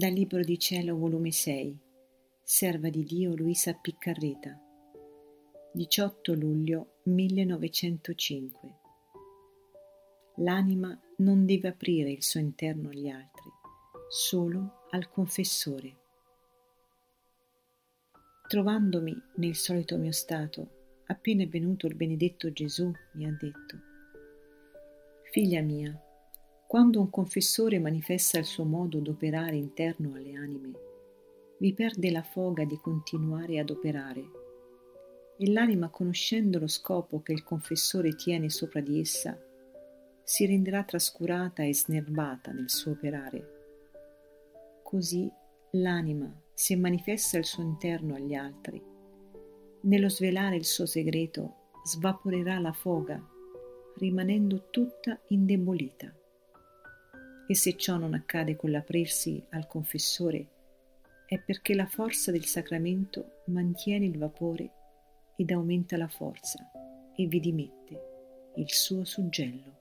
Dal Libro di Cielo, volume 6, Serva di Dio Luisa Piccarreta, 18 luglio 1905. L'anima non deve aprire il suo interno agli altri, solo al confessore. Trovandomi nel solito mio stato, appena è venuto il benedetto Gesù mi ha detto: «Figlia mia, quando un confessore manifesta il suo modo d'operare interno alle anime, vi perde la foga di continuare ad operare, e l'anima, conoscendo lo scopo che il confessore tiene sopra di essa, si renderà trascurata e snervata nel suo operare. Così l'anima, se manifesta il suo interno agli altri, nello svelare il suo segreto, svaporerà la foga, rimanendo tutta indebolita. E se ciò non accade con l'aprirsi al confessore, è perché la forza del sacramento mantiene il vapore ed aumenta la forza e vi dimette il suo suggello».